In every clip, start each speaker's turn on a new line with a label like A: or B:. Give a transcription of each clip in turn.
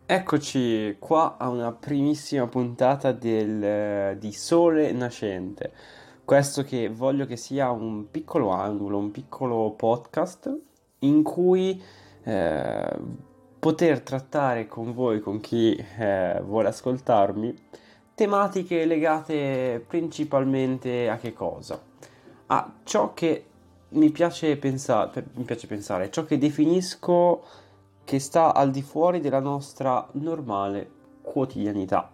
A: Eccoci qua a una primissima puntata di Sole Nascente. Questo che voglio che sia un piccolo angolo, un piccolo podcast in cui eh, poter trattare con voi, con chi vuole ascoltarmi, tematiche legate principalmente a che cosa? A ciò che mi piace pensare, ciò che definisco che sta al di fuori della nostra normale quotidianità,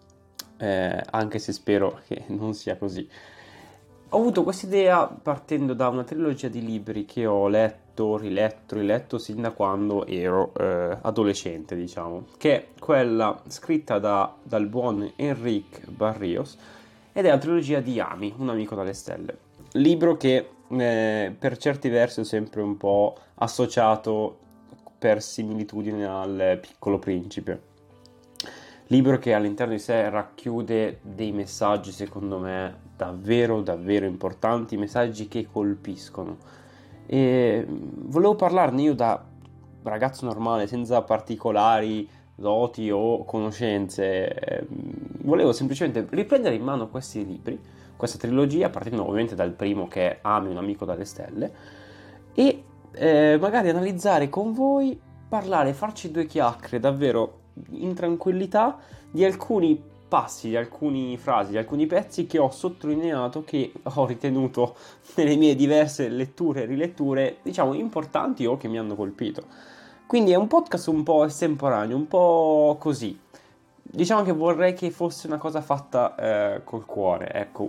A: anche se spero che non sia così. Ho avuto questa idea partendo da una trilogia di libri che ho letto, riletto sin da quando ero adolescente, diciamo, che è quella scritta dal buon Enrique Barrios ed è la trilogia di Ami, un amico dalle stelle. Libro che per certi versi ho sempre un po' associato per similitudine al Piccolo Principe. Libro che all'interno di sé racchiude dei messaggi, secondo me, davvero, davvero importanti, messaggi che colpiscono. E volevo parlarne io da ragazzo normale, senza particolari doti o conoscenze. Volevo semplicemente riprendere in mano questi libri, questa trilogia, partendo ovviamente dal primo che è Ami, un amico dalle stelle, e magari analizzare con voi, parlare, farci due chiacchiere davvero in tranquillità di alcuni passi, di alcune frasi, di alcuni pezzi che ho sottolineato, che ho ritenuto nelle mie diverse letture e riletture, diciamo, importanti o che mi hanno colpito. Quindi è un podcast un po' estemporaneo, un po' così. Diciamo che vorrei che fosse una cosa fatta col cuore, ecco,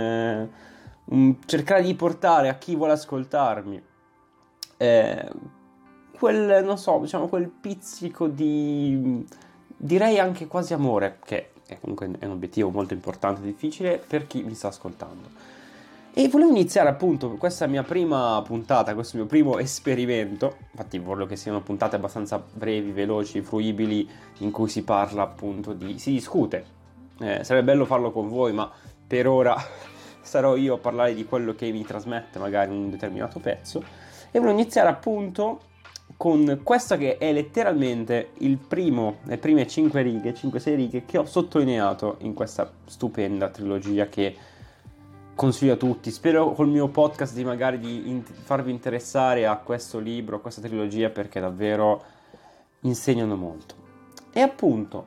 A: cercare di portare a chi vuole ascoltarmi eh, quel, non so, diciamo quel pizzico di, direi anche quasi amore, che è comunque è un obiettivo molto importante e difficile per chi mi sta ascoltando. E volevo iniziare appunto questa mia prima puntata, questo mio primo esperimento, infatti voglio che siano puntate abbastanza brevi, veloci, fruibili, in cui si parla appunto si discute. Sarebbe bello farlo con voi, ma per ora sarò io a parlare di quello che mi trasmette magari un determinato pezzo. E volevo iniziare appunto con questa che è letteralmente le prime 5 righe, 5-6 righe che ho sottolineato in questa stupenda trilogia che consiglio a tutti. Spero col mio podcast di magari farvi interessare a questo libro, a questa trilogia, perché davvero insegnano molto. E appunto,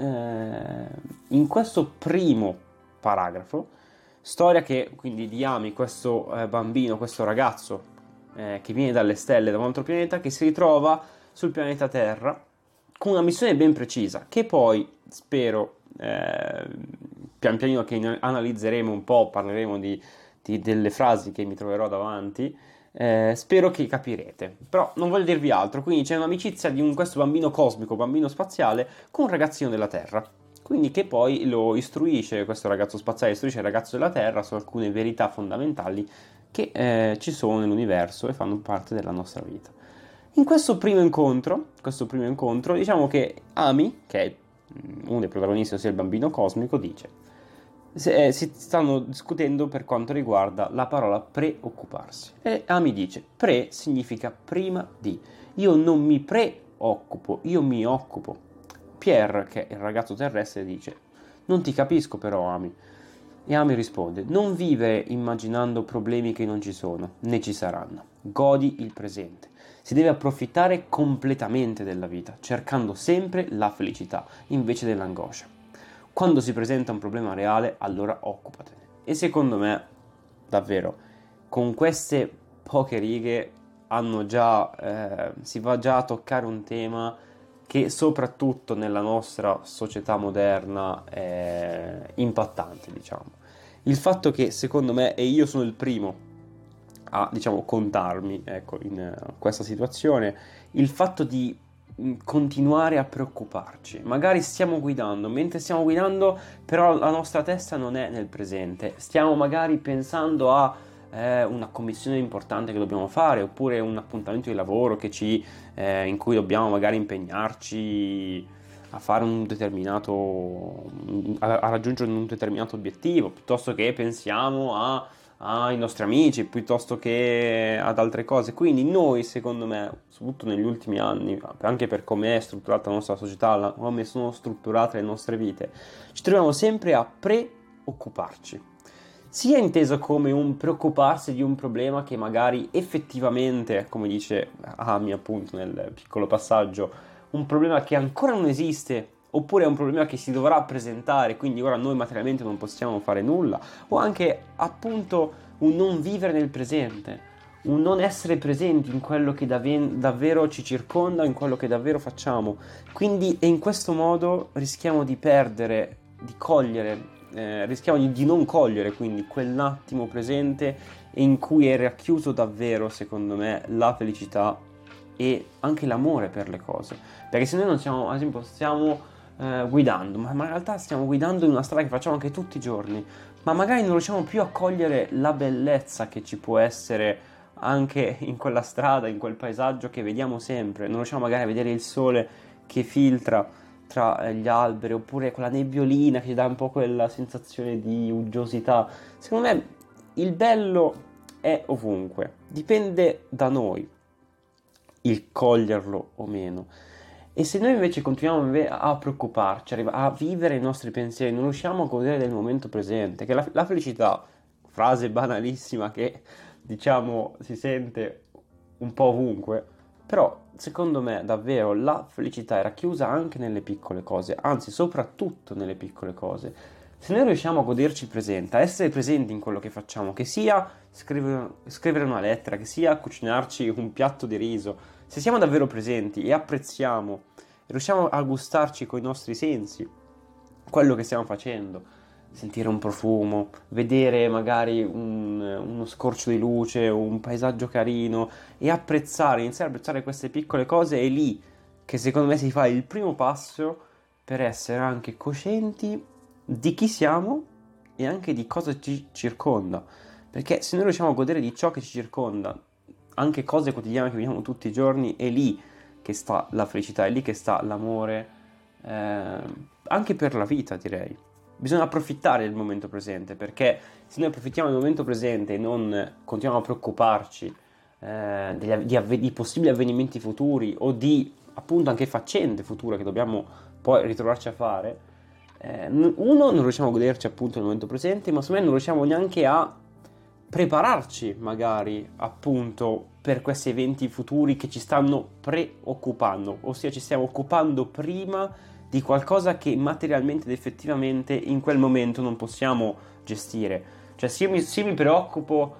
A: in questo primo paragrafo, storia che quindi di Ami, questo bambino, questo ragazzo che viene dalle stelle, da un altro pianeta, che si ritrova sul pianeta Terra con una missione ben precisa, che poi spero pian pianino che analizzeremo un po', parleremo delle frasi che mi troverò davanti. Spero che capirete, però non voglio dirvi altro. Quindi c'è un'amicizia di questo bambino cosmico, bambino spaziale, con un ragazzino della Terra. Quindi che poi lo istruisce, questo ragazzo spaziale istruisce il ragazzo della Terra su alcune verità fondamentali che ci sono nell'universo e fanno parte della nostra vita. In questo primo incontro, diciamo che Ami, che è uno dei protagonisti, ossia il bambino cosmico, dice: si stanno discutendo per quanto riguarda la parola preoccuparsi. E Ami dice: pre significa prima di. Io non mi preoccupo, io mi occupo. Pierre, che è il ragazzo terrestre, dice: non ti capisco però, Ami. E Ami risponde: non vivere immaginando problemi che non ci sono, né ci saranno. Godi il presente. Si deve approfittare completamente della vita, cercando sempre la felicità invece dell'angoscia. Quando si presenta un problema reale, allora occupatene. E secondo me, davvero, con queste poche righe si va già a toccare un tema che soprattutto nella nostra società moderna è impattante, diciamo. Il fatto che secondo me, e io sono il primo a, diciamo, contarmi, ecco, in questa situazione, il fatto di continuare a preoccuparci. Magari stiamo guidando, mentre stiamo guidando, però la nostra testa non è nel presente. Stiamo magari pensando a una commissione importante che dobbiamo fare, oppure un appuntamento di lavoro in cui dobbiamo magari impegnarci a fare a raggiungere un determinato obiettivo, piuttosto che pensiamo ai nostri amici piuttosto che ad altre cose. Quindi noi, secondo me, soprattutto negli ultimi anni, anche per come è strutturata la nostra società, come sono strutturate le nostre vite, ci troviamo sempre a preoccuparci. Sia inteso come un preoccuparsi di un problema che magari effettivamente, come dice Ami appunto nel piccolo passaggio, un problema che ancora non esiste, oppure è un problema che si dovrà presentare, quindi ora noi materialmente non possiamo fare nulla, o anche appunto un non vivere nel presente, un non essere presenti in quello che davvero ci circonda, in quello che davvero facciamo. Quindi e in questo modo rischiamo di perdere, di cogliere, rischiamo di non cogliere quindi quell'attimo presente in cui è racchiuso davvero, secondo me, la felicità e anche l'amore per le cose. Perché se noi non siamo, ad esempio, stiamo guidando, ma in realtà stiamo guidando in una strada che facciamo anche tutti i giorni, ma magari non riusciamo più a cogliere la bellezza che ci può essere anche in quella strada, in quel paesaggio che vediamo sempre, non riusciamo magari a vedere il sole che filtra tra gli alberi, oppure quella nebbiolina che ci dà un po' quella sensazione di uggiosità. Secondo me il bello è ovunque, dipende da noi il coglierlo o meno. E se noi invece continuiamo a preoccuparci, a vivere i nostri pensieri, non riusciamo a godere del momento presente, che la felicità, frase banalissima che diciamo si sente un po' ovunque, però secondo me davvero la felicità è racchiusa anche nelle piccole cose, anzi soprattutto nelle piccole cose. Se noi riusciamo a goderci il presente, a essere presenti in quello che facciamo, che sia scrivere una lettera, che sia cucinarci un piatto di riso, se siamo davvero presenti e apprezziamo, riusciamo a gustarci con i nostri sensi quello che stiamo facendo, sentire un profumo, vedere magari uno scorcio di luce, un paesaggio carino e apprezzare, iniziare a apprezzare queste piccole cose, è lì che secondo me si fa il primo passo per essere anche coscienti di chi siamo e anche di cosa ci circonda. Perché se noi riusciamo a godere di ciò che ci circonda, anche cose quotidiane che viviamo tutti i giorni, è lì che sta la felicità, è lì che sta l'amore, anche per la vita, direi. Bisogna approfittare del momento presente, perché se noi approfittiamo del momento presente e non continuiamo a preoccuparci di possibili avvenimenti futuri o di appunto anche faccende future che dobbiamo poi ritrovarci a fare, uno, non riusciamo a goderci appunto il momento presente, ma secondo me non riusciamo neanche a prepararci magari appunto per questi eventi futuri che ci stanno preoccupando, ossia ci stiamo occupando prima di qualcosa che materialmente ed effettivamente in quel momento non possiamo gestire. Cioè se io mi preoccupo,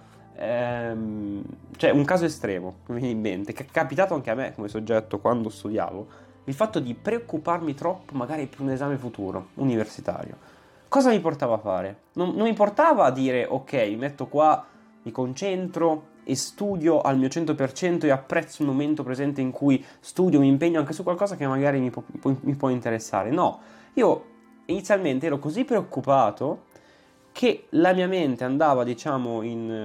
A: cioè un caso estremo mi viene in mente, che è capitato anche a me come soggetto quando studiavo, il fatto di preoccuparmi troppo magari per un esame futuro universitario. Cosa mi portava a fare? Non mi portava a dire ok, mi metto qua, mi concentro e studio al mio 100% e apprezzo il momento presente in cui studio, mi impegno anche su qualcosa che magari mi può interessare. No, io inizialmente ero così preoccupato che la mia mente andava, diciamo,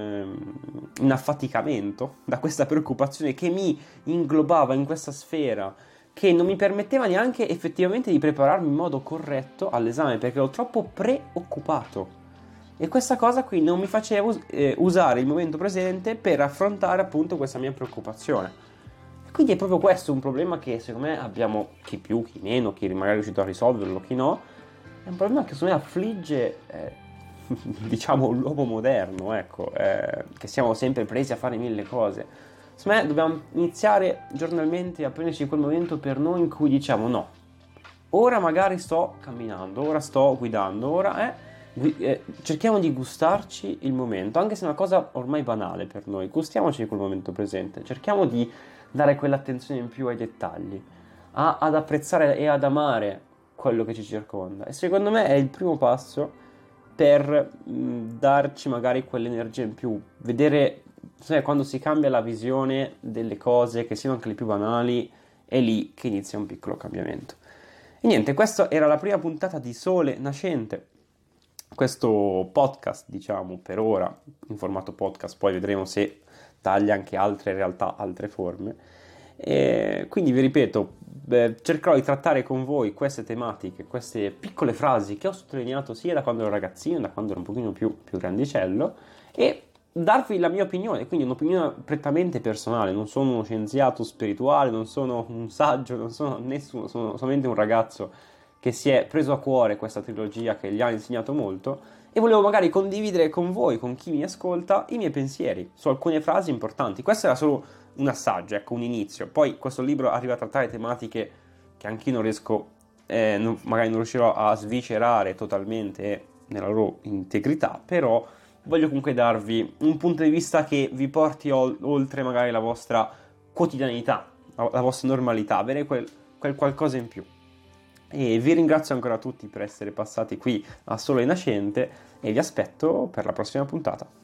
A: in affaticamento da questa preoccupazione che mi inglobava in questa sfera, che non mi permetteva neanche effettivamente di prepararmi in modo corretto all'esame, perché ero troppo preoccupato. E questa cosa qui non mi faceva usare il momento presente per affrontare appunto questa mia preoccupazione. E quindi è proprio questo un problema che secondo me abbiamo, chi più, chi meno, chi magari è riuscito a risolverlo, chi no. È un problema che secondo me affligge, diciamo, l'uomo moderno, ecco, che siamo sempre presi a fare mille cose. Secondo me dobbiamo iniziare giornalmente a prenderci quel momento per noi in cui diciamo no, ora magari sto camminando, ora sto guidando, ora cerchiamo di gustarci il momento, anche se è una cosa ormai banale per noi, gustiamoci quel momento presente, cerchiamo di dare quell'attenzione in più ai dettagli, ad apprezzare e ad amare quello che ci circonda. E secondo me è il primo passo per darci magari quell'energia in più, vedere quando si cambia la visione delle cose, che siano anche le più banali, è lì che inizia un piccolo cambiamento. E niente, questa era la prima puntata di Sole Nascente, questo podcast, diciamo, per ora, in formato podcast, poi vedremo se taglia anche altre realtà, altre forme. E quindi vi ripeto, cercherò di trattare con voi queste tematiche, queste piccole frasi che ho sottolineato sia da quando ero ragazzino, da quando ero un pochino più grandicello, e darvi la mia opinione, quindi un'opinione prettamente personale. Non sono uno scienziato spirituale, non sono un saggio, non sono nessuno, sono solamente un ragazzo che si è preso a cuore questa trilogia che gli ha insegnato molto e volevo magari condividere con voi, con chi mi ascolta, i miei pensieri su alcune frasi importanti. Questo era solo un assaggio, ecco, un inizio. Poi questo libro arriva a trattare tematiche che anch'io non riesco, magari non riuscirò a sviscerare totalmente nella loro integrità, però voglio comunque darvi un punto di vista che vi porti oltre magari la vostra quotidianità, la vostra normalità, avere quel qualcosa in più. E vi ringrazio ancora tutti per essere passati qui a Sole Nascente e vi aspetto per la prossima puntata.